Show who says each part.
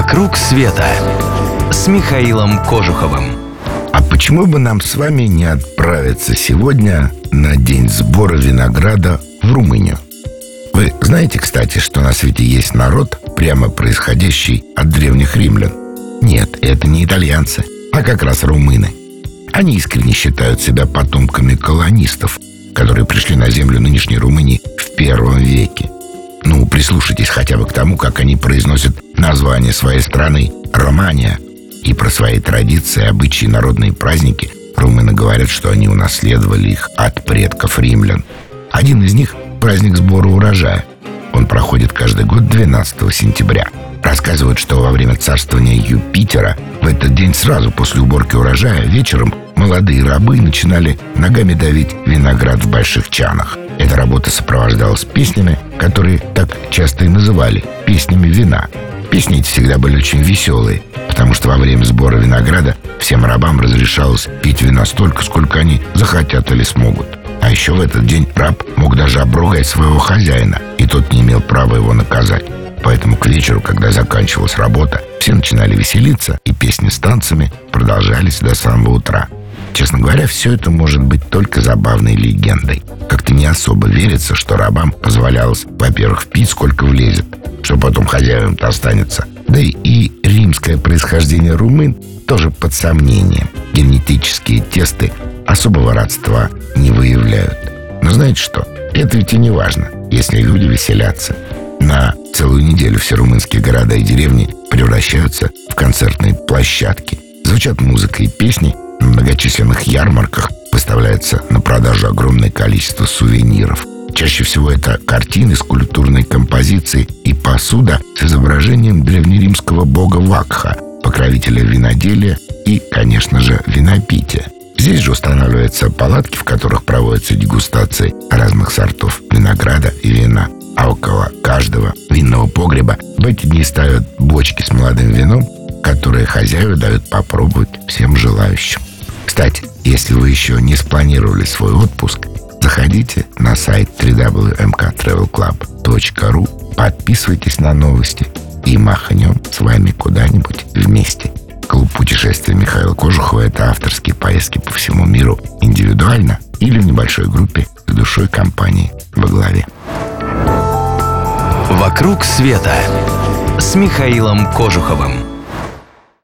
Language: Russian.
Speaker 1: «Вокруг света» с Михаилом Кожуховым.
Speaker 2: А почему бы нам с вами не отправиться сегодня на день сбора винограда в Румынию? Вы знаете, кстати, что на свете есть народ, прямо происходящий от древних римлян? Нет, это не итальянцы, а как раз румыны. Они искренне считают себя потомками колонистов, которые пришли на землю нынешней Румынии в 1 веке. Прислушайтесь хотя бы к тому, как они произносят название своей страны «Романия». И про свои традиции, обычаи, народные праздники румыны говорят, что они унаследовали их от предков римлян. Один из них – праздник сбора урожая. Он проходит каждый год 12 сентября. Рассказывают, что во время царствования Юпитера в этот день сразу после уборки урожая вечером молодые рабы начинали ногами давить виноград в больших чанах. Эта работа сопровождалась песнями, которые так часто и называли «песнями вина». Песни эти всегда были очень веселые, потому что во время сбора винограда всем рабам разрешалось пить вина столько, сколько они захотят или смогут. А еще в этот день раб мог даже обругать своего хозяина, и тот не имел права его наказать. Поэтому к вечеру, когда заканчивалась работа, все начинали веселиться, и песни с танцами продолжались до самого утра. Честно говоря, все это может быть только забавной легендой. Как-то не особо верится, что рабам позволялось, во-первых, пить сколько влезет, что потом хозяевам-то останется. Да и римское происхождение румын тоже под сомнением. Генетические тесты особого родства не выявляют. Но знаете что? Это ведь и не важно, если люди веселятся. На целую неделю все румынские города и деревни превращаются в концертные площадки. Звучат музыка и песни. На многочисленных ярмарках выставляется на продажу огромное количество сувениров. Чаще всего это картины, скульптурные композиции и посуда с изображением древнеримского бога Вакха, покровителя виноделия и, конечно же, винопития. Здесь же устанавливаются палатки, в которых проводятся дегустации разных сортов винограда и вина. А около каждого винного погреба в эти дни ставят бочки с молодым вином, которые хозяева дают попробовать всем желающим. Кстати, если вы еще не спланировали свой отпуск, заходите на сайт www.mktravelclub.ru, подписывайтесь на новости и махнем с вами куда-нибудь вместе. Клуб путешествий Михаила Кожухова – это авторские поездки по всему миру индивидуально или в небольшой группе с душой компании во главе.
Speaker 1: «Вокруг света» с Михаилом Кожуховым.